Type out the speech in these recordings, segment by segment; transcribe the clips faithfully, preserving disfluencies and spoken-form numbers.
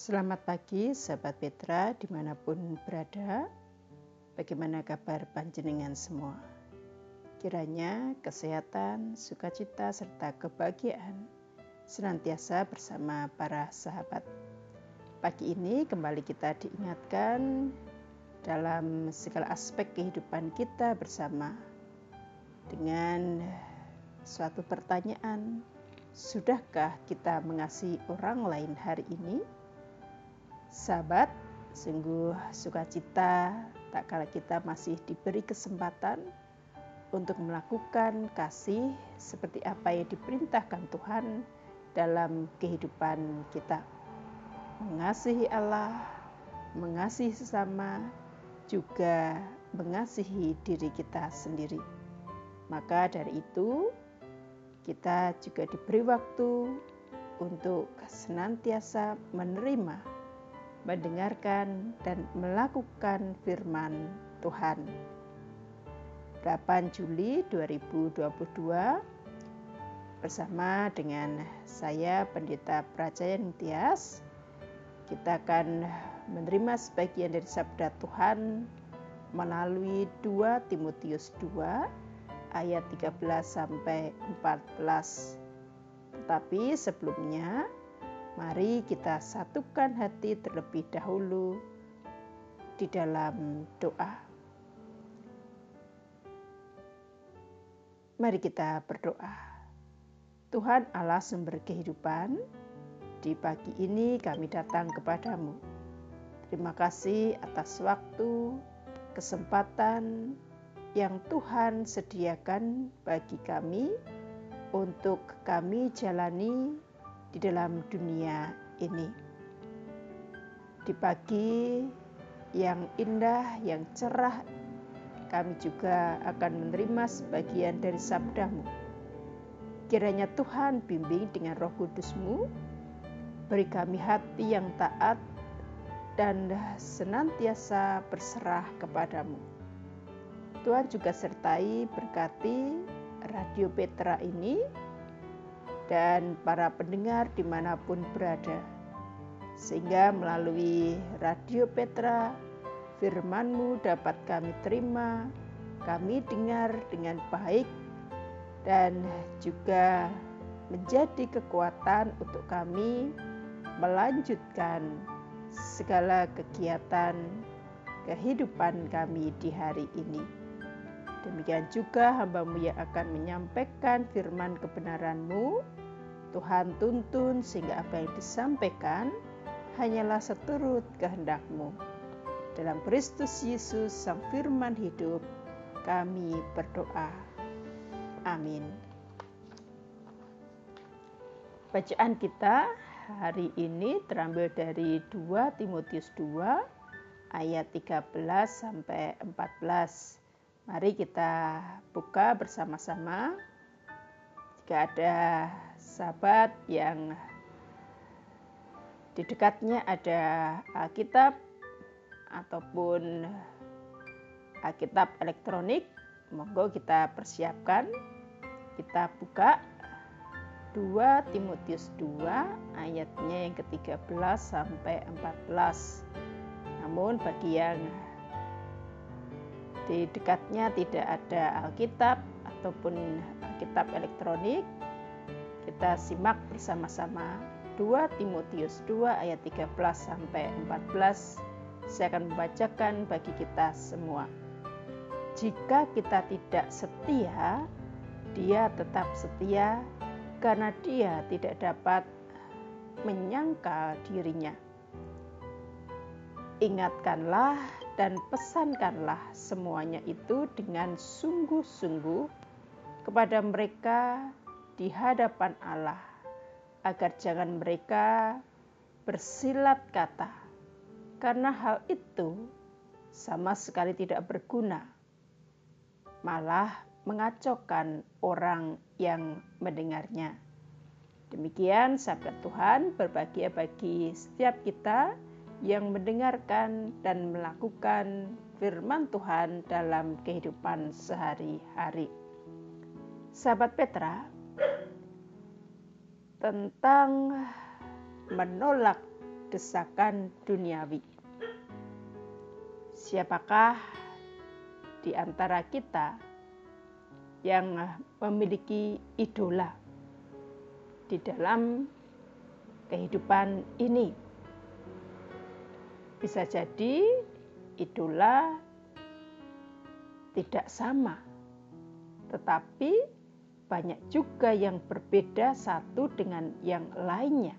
Selamat pagi sahabat Petra dimanapun berada. Bagaimana kabar panjenengan semua? Kiranya kesehatan, sukacita serta kebahagiaan senantiasa bersama para sahabat. Pagi ini kembali kita diingatkan dalam segala aspek kehidupan kita bersama dengan suatu pertanyaan, sudahkah kita mengasihi orang lain hari ini? Sahabat, sungguh sukacita tak kala kita masih diberi kesempatan untuk melakukan kasih seperti apa yang diperintahkan Tuhan dalam kehidupan kita. Mengasihi Allah, mengasihi sesama, juga mengasihi diri kita sendiri. Maka dari itu, kita juga diberi waktu untuk senantiasa menerima, mendengarkan dan melakukan firman Tuhan. delapan Juli dua ribu dua puluh dua bersama dengan saya Pendeta Prajayan Tias, kita akan menerima sebagian dari sabda Tuhan melalui dua Timotius dua ayat tiga belas sampai empat belas. Tetapi sebelumnya, mari kita satukan hati terlebih dahulu di dalam doa. Mari kita berdoa. Tuhan Allah sumber kehidupan, di pagi ini kami datang kepadamu. Terima kasih atas waktu, kesempatan yang Tuhan sediakan bagi kami untuk kami jalani di dalam dunia ini. Di pagi yang indah, yang cerah, kami juga akan menerima sebagian dari sabda-Mu. Kiranya Tuhan bimbing dengan Roh Kudus-Mu, beri kami hati yang taat dan senantiasa berserah kepadamu. Tuhan juga sertai berkati Radio Petra ini dan para pendengar dimanapun berada, sehingga melalui Radio Petra, firman-Mu dapat kami terima, kami dengar dengan baik, dan juga menjadi kekuatan untuk kami melanjutkan segala kegiatan kehidupan kami di hari ini. Demikian juga hamba-Mu yang akan menyampaikan firman kebenaran-Mu, Tuhan tuntun sehingga apa yang disampaikan hanyalah seturut kehendak-Mu. Dalam Kristus Yesus Sang Firman hidup, kami berdoa. Amin. Bacaan kita hari ini terambil dari dua Timotius dua ayat tiga belas sampai empat belas. Mari kita buka bersama-sama. Jika ada sahabat yang di dekatnya ada Alkitab ataupun Alkitab elektronik, monggo kita persiapkan. Kita buka dua Timotius dua ayatnya yang ke-tiga belas sampai empat belas. Namun bagi yang di dekatnya tidak ada Alkitab ataupun Alkitab elektronik, kita simak bersama-sama dua Timotius dua ayat tiga belas sampai empat belas. Saya akan membacakan bagi kita semua. Jika kita tidak setia, Dia tetap setia karena Dia tidak dapat menyangkal dirinya. Ingatkanlah dan pesankanlah semuanya itu dengan sungguh-sungguh kepada mereka di hadapan Allah, agar jangan mereka bersilat kata, karena hal itu sama sekali tidak berguna, malah mengacaukan orang yang mendengarnya. Demikian sabda Tuhan berbahagia bagi setiap kita yang mendengarkan dan melakukan firman Tuhan dalam kehidupan sehari-hari. Sahabat Petra, tentang menolak desakan duniawi. Siapakah di antara kita yang memiliki idola di dalam kehidupan ini? Bisa jadi idola tidak sama, tetapi banyak juga yang berbeda satu dengan yang lainnya.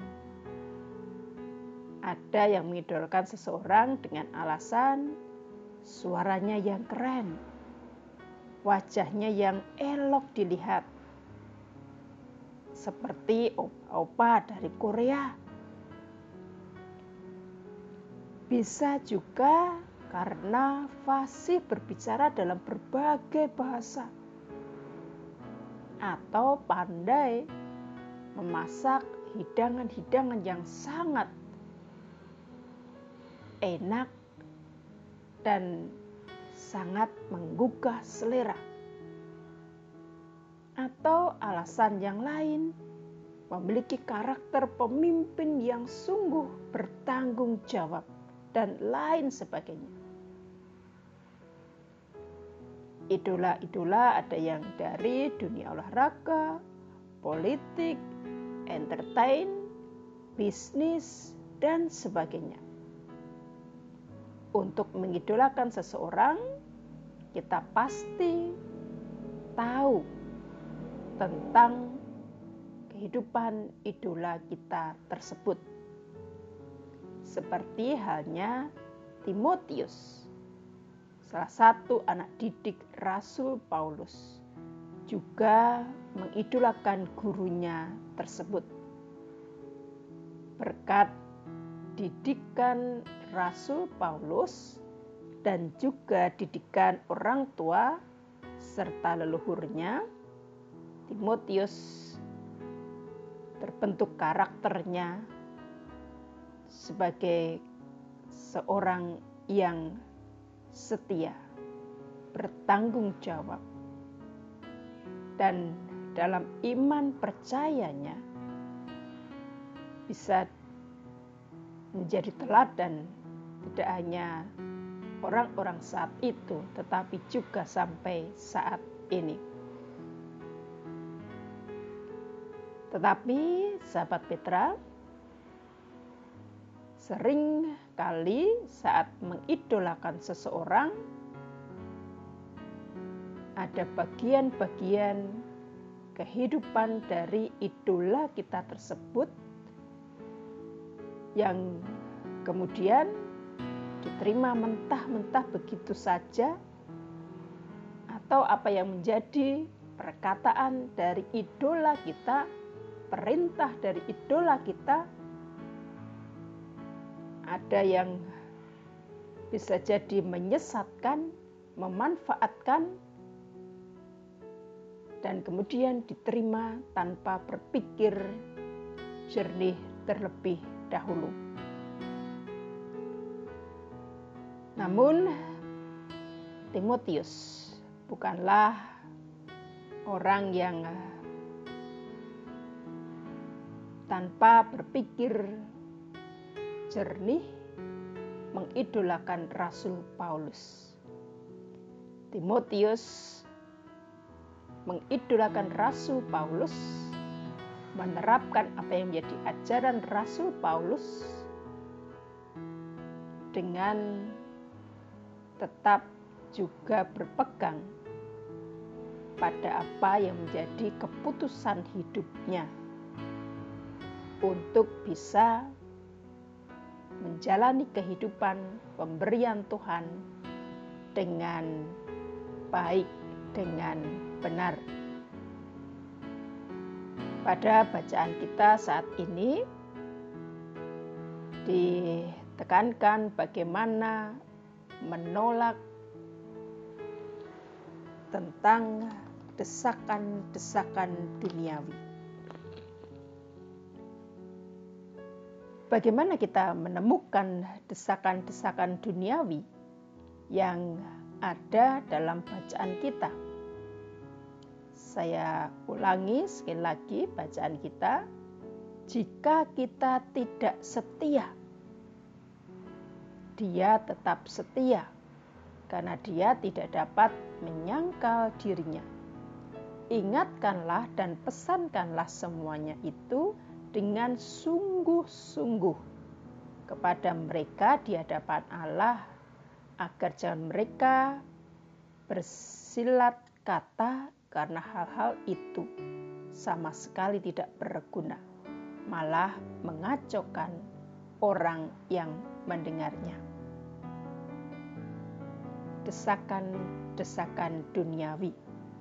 Ada yang mengidolakan seseorang dengan alasan suaranya yang keren, wajahnya yang elok dilihat, seperti opa-opa dari Korea. Bisa juga karena fasih berbicara dalam berbagai bahasa, atau pandai memasak hidangan-hidangan yang sangat enak dan sangat menggugah selera. Atau alasan yang lain, memiliki karakter pemimpin yang sungguh bertanggung jawab dan lain sebagainya. Idola-idola ada yang dari dunia olahraga, politik, entertain, bisnis, dan sebagainya. Untuk mengidolakan seseorang, kita pasti tahu tentang kehidupan idola kita tersebut. Seperti halnya Timotius, salah satu anak didik Rasul Paulus, juga mengidolakan gurunya tersebut. Berkat didikan Rasul Paulus dan juga didikan orang tua serta leluhurnya, Timotius terbentuk karakternya sebagai seorang yang setia, bertanggung jawab, dan dalam iman percayanya bisa menjadi teladan tidak hanya orang-orang saat itu, tetapi juga sampai saat ini. Tetapi sahabat Petra, sering kali saat mengidolakan seseorang, ada bagian-bagian kehidupan dari idola kita tersebut yang kemudian diterima mentah-mentah begitu saja, atau apa yang menjadi perkataan dari idola kita, perintah dari idola kita, ada yang bisa jadi menyesatkan, memanfaatkan, dan kemudian diterima tanpa berpikir jernih terlebih dahulu. Namun Timotius bukanlah orang yang tanpa berpikir jernih mengidolakan Rasul Paulus. Timotius mengidolakan Rasul Paulus, menerapkan apa yang menjadi ajaran Rasul Paulus dengan tetap juga berpegang pada apa yang menjadi keputusan hidupnya untuk bisa menjalani kehidupan pemberian Tuhan dengan baik, dengan benar. Pada bacaan kita saat ini ditekankan bagaimana menolak tentang desakan-desakan duniawi. Bagaimana kita menemukan desakan-desakan duniawi yang ada dalam bacaan kita? Saya ulangi sekali lagi bacaan kita. Jika kita tidak setia, Dia tetap setia karena Dia tidak dapat menyangkal dirinya. Ingatkanlah dan pesankanlah semuanya itu dengan sungguh-sungguh kepada mereka di hadapan Allah, agar jangan mereka bersilat kata karena hal-hal itu sama sekali tidak berguna, malah mengacaukan orang yang mendengarnya. Desakan-desakan duniawi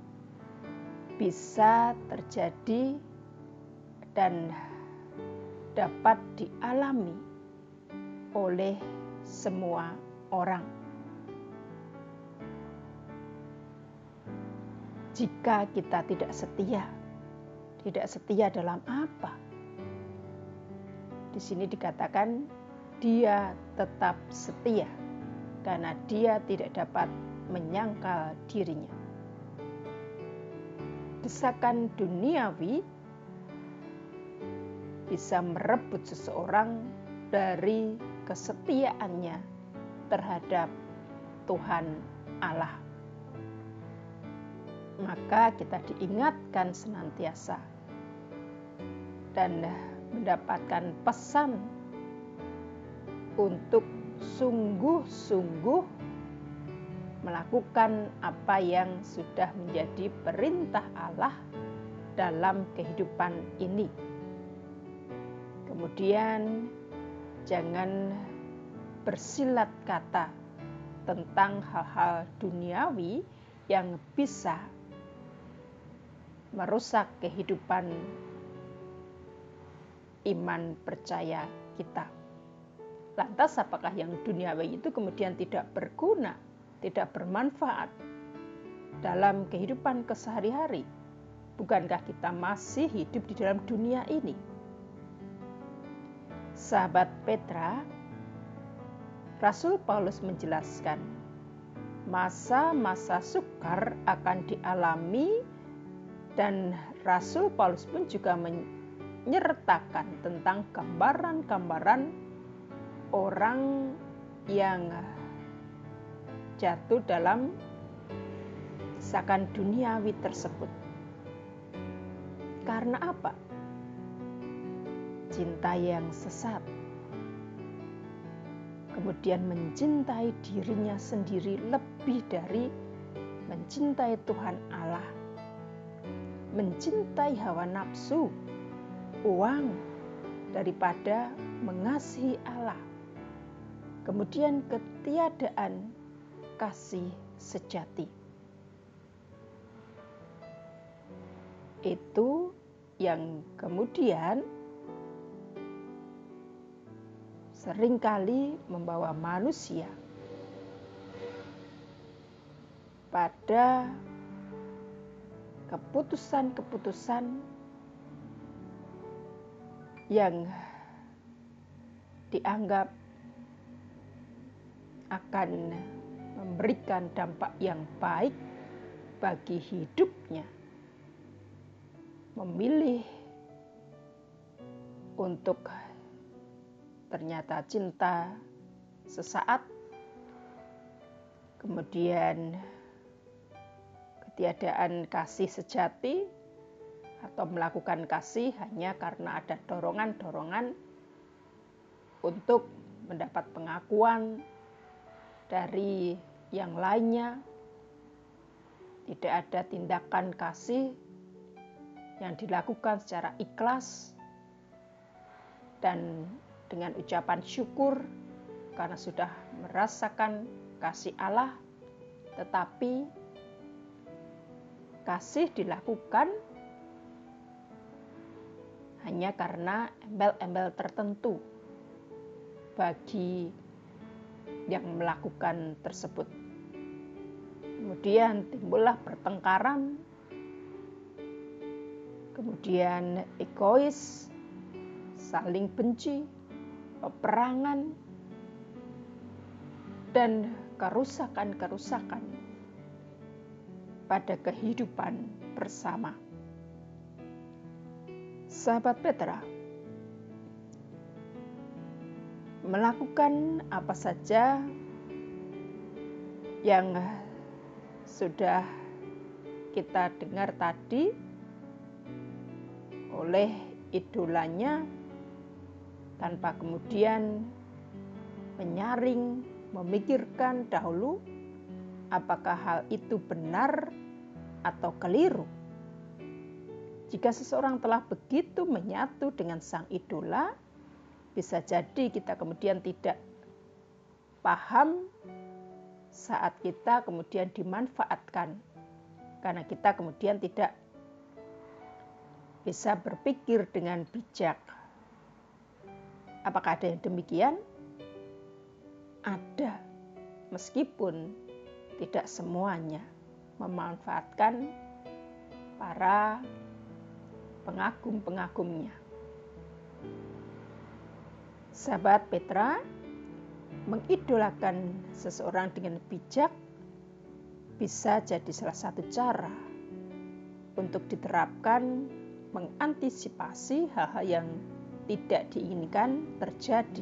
bisa terjadi dan dapat dialami oleh semua orang. Jika kita tidak setia, tidak setia dalam apa? Di sini dikatakan Dia tetap setia karena Dia tidak dapat menyangkal dirinya. Desakan duniawi bisa merebut seseorang dari kesetiaannya terhadap Tuhan Allah. Maka kita diingatkan senantiasa dan mendapatkan pesan untuk sungguh-sungguh melakukan apa yang sudah menjadi perintah Allah dalam kehidupan ini. Kemudian jangan bersilat kata tentang hal-hal duniawi yang bisa merusak kehidupan iman percaya kita. Lantas apakah yang duniawi itu kemudian tidak berguna, tidak bermanfaat dalam kehidupan kesehari-hari? Bukankah kita masih hidup di dalam dunia ini? Sahabat Petra, Rasul Paulus menjelaskan, masa-masa sukar akan dialami, dan Rasul Paulus pun juga menyertakan tentang gambaran-gambaran orang yang jatuh dalam desakan duniawi tersebut. Karena apa? Cinta yang sesat, kemudian mencintai dirinya sendiri lebih dari mencintai Tuhan Allah, mencintai hawa nafsu, uang daripada mengasihi Allah, kemudian ketiadaan kasih sejati. Itu yang kemudian seringkali membawa manusia pada keputusan-keputusan yang dianggap akan memberikan dampak yang baik bagi hidupnya, memilih untuk ternyata cinta sesaat, kemudian ketiadaan kasih sejati, atau melakukan kasih hanya karena ada dorongan-dorongan untuk mendapat pengakuan dari yang lainnya. Tidak ada tindakan kasih yang dilakukan secara ikhlas dan dengan ucapan syukur karena sudah merasakan kasih Allah, tetapi kasih dilakukan hanya karena embel-embel tertentu bagi yang melakukan tersebut. Kemudian timbullah pertengkaran, kemudian egois, saling benci, peperangan, dan kerusakan-kerusakan pada kehidupan bersama. Sahabat Petra, melakukan apa saja yang sudah kita dengar tadi oleh idolanya, tanpa kemudian menyaring, memikirkan dahulu apakah hal itu benar atau keliru. Jika seseorang telah begitu menyatu dengan sang idola, bisa jadi kita kemudian tidak paham saat kita kemudian dimanfaatkan, karena kita kemudian tidak bisa berpikir dengan bijak. Apakah ada yang demikian? Ada, meskipun tidak semuanya memanfaatkan para pengagum-pengagumnya. Sahabat Petra, mengidolakan seseorang dengan bijak bisa jadi salah satu cara untuk diterapkan mengantisipasi hal-hal yang tidak diinginkan terjadi.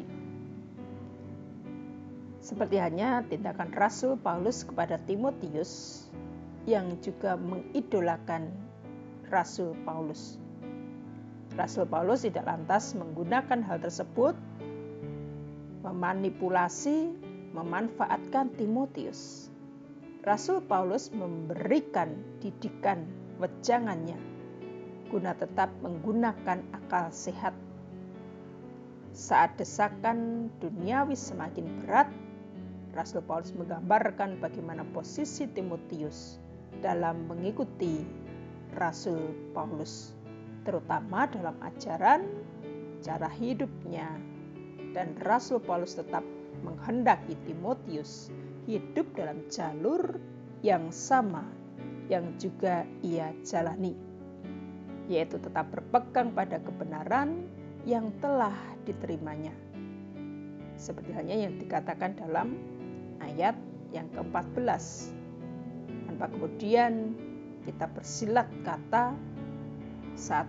Seperti hanya tindakan Rasul Paulus kepada Timotius yang juga mengidolakan Rasul Paulus. Rasul Paulus tidak lantas menggunakan hal tersebut memanipulasi, memanfaatkan Timotius. Rasul Paulus memberikan didikan wejangannya guna tetap menggunakan akal sehat. Saat desakan duniawi semakin berat, Rasul Paulus menggambarkan bagaimana posisi Timotius dalam mengikuti Rasul Paulus, terutama dalam ajaran, cara hidupnya, dan Rasul Paulus tetap menghendaki Timotius hidup dalam jalur yang sama yang juga ia jalani, yaitu tetap berpegang pada kebenaran yang telah diterimanya. Seperti halnya yang dikatakan dalam ayat yang keempat belas. Tanpa kemudian kita bersilat kata saat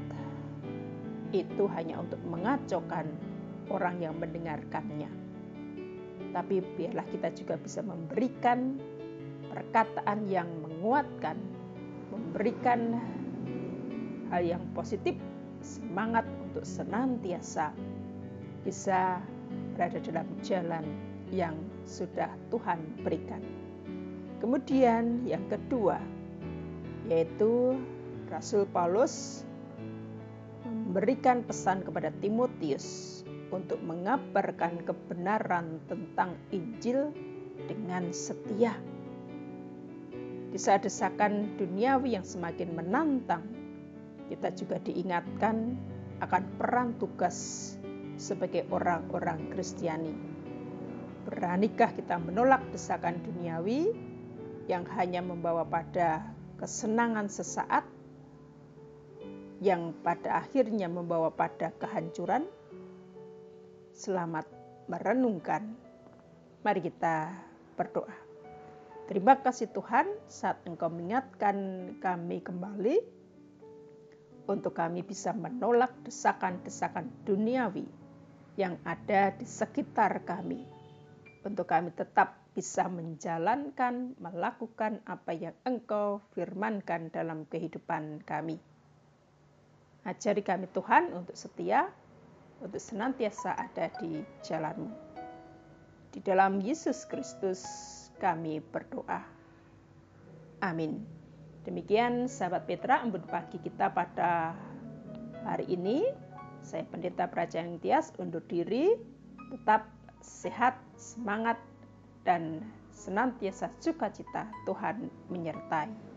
itu hanya untuk mengacaukan orang yang mendengarkannya. Tapi biarlah kita juga bisa memberikan perkataan yang menguatkan, memberikan hal yang positif, semangat untuk senantiasa bisa berada dalam jalan yang sudah Tuhan berikan. Kemudian yang kedua, yaitu Rasul Paulus memberikan pesan kepada Timotius untuk mengabarkan kebenaran tentang Injil dengan setia. Di saat desakan duniawi yang semakin menantang, kita juga diingatkan akan peran tugas sebagai orang-orang Kristiani. Beranikah kita menolak desakan duniawi yang hanya membawa pada kesenangan sesaat, yang pada akhirnya membawa pada kehancuran? Selamat merenungkan. Mari kita berdoa. Terima kasih Tuhan saat Engkau mengingatkan kami kembali untuk kami bisa menolak desakan-desakan duniawi yang ada di sekitar kami. Untuk kami tetap bisa menjalankan, melakukan apa yang Engkau firmankan dalam kehidupan kami. Ajari kami Tuhan untuk setia, untuk senantiasa ada di jalan-Mu. Di dalam Yesus Kristus kami berdoa. Amin. Demikian sahabat Petra, embun pagi kita pada hari ini. Saya Pendeta Prajaneng Tias undur diri. Tetap sehat, semangat, dan senantiasa sukacita. Tuhan menyertai.